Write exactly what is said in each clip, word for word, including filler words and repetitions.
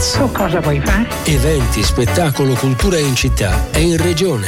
Lights. Tu cosa vuoi fare? Eventi, spettacolo, cultura in città e in regione.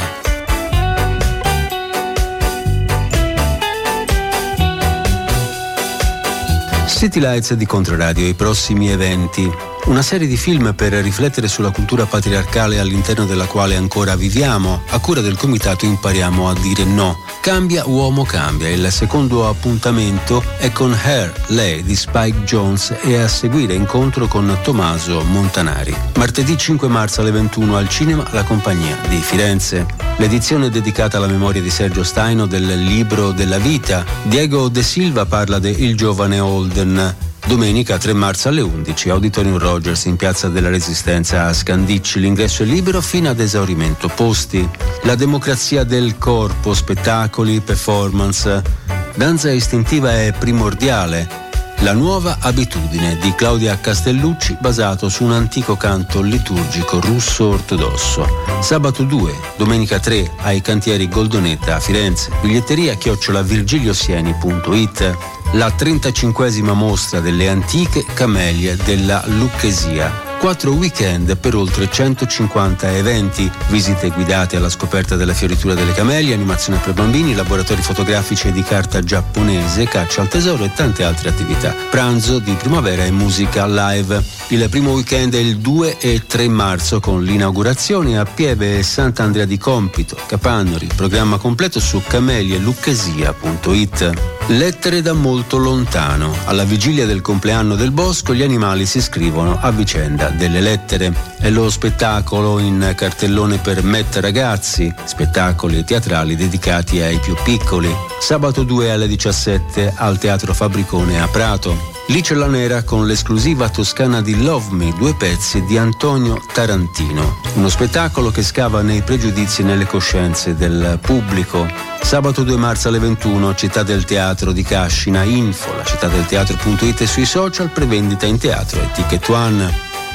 City Lights di Controradio, i prossimi eventi. Una serie di film per riflettere sulla cultura patriarcale all'interno della quale ancora viviamo. A cura del comitato Impariamo a dire no. Cambia uomo cambia. Il secondo appuntamento è con Her, lei di Spike Jonze e a seguire incontro con Tommaso Montanari. Martedì cinque marzo alle ventuno al cinema La Compagnia di Firenze. L'edizione è dedicata alla memoria di Sergio Staino del Libro della Vita. Diego De Silva parla de Il giovane Holden. Domenica tre marzo alle undici, Auditorium Rogers in Piazza della Resistenza a Scandicci. L'ingresso è libero fino ad esaurimento posti. La democrazia del corpo, spettacoli, performance. Danza istintiva è primordiale. La nuova abitudine di Claudia Castellucci, basato su un antico canto liturgico russo ortodosso. Sabato due, domenica tre ai cantieri Goldonetta a Firenze. Biglietteria chiocciola virgiliosieni punto it. La trentacinquesima mostra delle antiche camelie della Lucchesia. Quattro weekend per oltre centocinquanta eventi, visite guidate alla scoperta della fioritura delle camelie, animazione per bambini, laboratori fotografici e di carta giapponese, caccia al tesoro e tante altre attività. Pranzo di primavera e musica live. Il primo weekend è il due e tre marzo con l'inaugurazione a Pieve e Sant'Andrea di Compito, Capannori. Programma completo su camelielucchesia punto it. Lettere da molto lontano. Alla vigilia del compleanno del bosco gli animali si scrivono a vicenda delle lettere. È lo spettacolo in cartellone per Met Ragazzi, spettacoli teatrali dedicati ai più piccoli. Sabato due alle diciassette al Teatro Fabricone a Prato. Lice la Nera con l'esclusiva toscana di Love Me, due pezzi di Antonio Tarantino. Uno spettacolo che scava nei pregiudizi e nelle coscienze del pubblico. Sabato due marzo alle ventuno, Città del Teatro di Cascina, info, la città del teatro punto it e sui social, prevendita in teatro e Ticket One.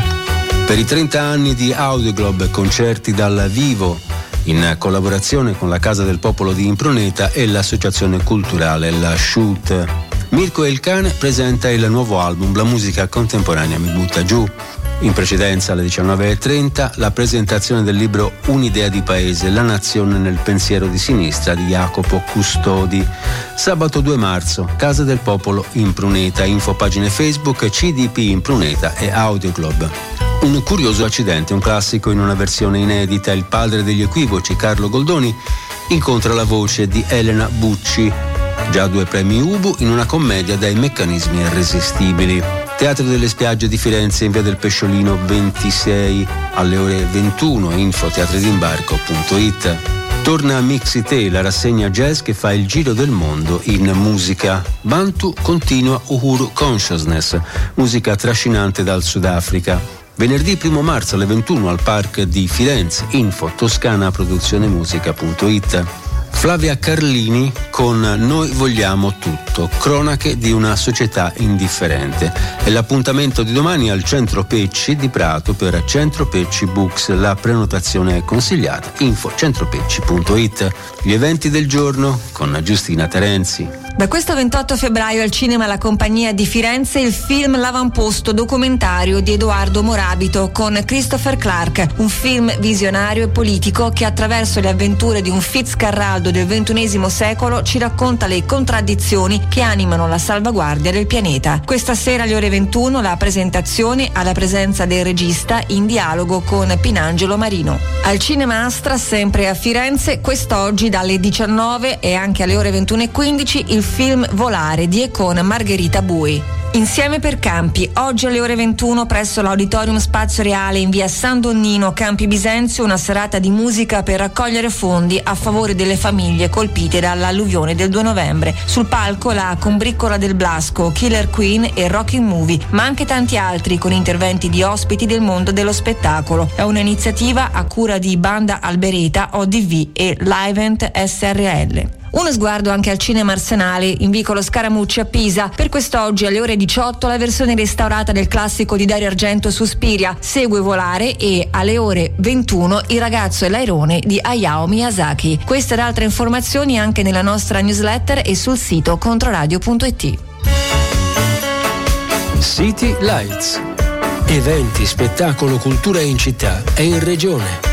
Per i trenta anni di Audioglobe, concerti dal vivo, in collaborazione con la Casa del Popolo di Impruneta e l'associazione culturale La Shoot. Mirko e il Cane presenta il nuovo album La musica contemporanea mi butta giù. In precedenza alle diciannove e trenta la presentazione del libro Un'idea di paese, la nazione nel pensiero di sinistra di Jacopo Custodi. Sabato due marzo, Casa del Popolo Impruneta, info pagine Facebook C D P Impruneta e Audioglobe. Un curioso accidente, un classico in una versione inedita. Il padre degli equivoci, Carlo Goldoni, incontra la voce di Elena Bucci, già due premi Ubu in una commedia dai meccanismi irresistibili. Teatro delle Spiagge di Firenze in via del Pesciolino ventisei alle ore ventuno, info teatrodimbarco punto it. Torna a Mixite, la rassegna jazz che fa il giro del mondo in musica. Bantu continua Uhuru Consciousness, musica trascinante dal Sudafrica. Venerdì primo marzo alle ventuno al Park di Firenze, info toscanaproduzzionemusica punto it. Flavia Carlini con Noi vogliamo tutto, cronache di una società indifferente. È l'appuntamento di domani al Centro Pecci di Prato per Centro Pecci Books. La prenotazione è consigliata, info centropecci punto it. Gli eventi del giorno con Giustina Terenzi. Da questo ventotto febbraio al cinema La Compagnia di Firenze il film L'avamposto, documentario di Edoardo Morabito con Christopher Clark, un film visionario e politico che attraverso le avventure di un Fitzcarraldo del ventunesimo secolo ci racconta le contraddizioni che animano la salvaguardia del pianeta. Questa sera alle ore ventuno la presentazione alla presenza del regista in dialogo con Pinangelo Marino. Al cinema Astra, sempre a Firenze, quest'oggi dalle diciannove e anche alle ore ventuno e quindici il film Volare di e con Margherita Bui. Insieme per Campi, oggi alle ore ventuno presso l'Auditorium Spazio Reale in via San Donnino, Campi Bisenzio, una serata di musica per raccogliere fondi a favore delle famiglie colpite dall'alluvione del due novembre. Sul palco la Combriccola del Blasco, Killer Queen e Rocking Movie, ma anche tanti altri con interventi di ospiti del mondo dello spettacolo. È un'iniziativa a cura di Banda Albereta, O D V e Livent S R L. Uno sguardo anche al cinema Arsenale in vicolo Scaramucci a Pisa. Per quest'oggi alle ore diciotto la versione restaurata del classico di Dario Argento Suspiria, Segue Volare, e alle ore ventuno Il ragazzo e l'airone di Hayao Miyazaki. Queste ed altre informazioni anche nella nostra newsletter e sul sito controradio punto it. City Lights. Eventi, spettacolo, cultura in città e in regione.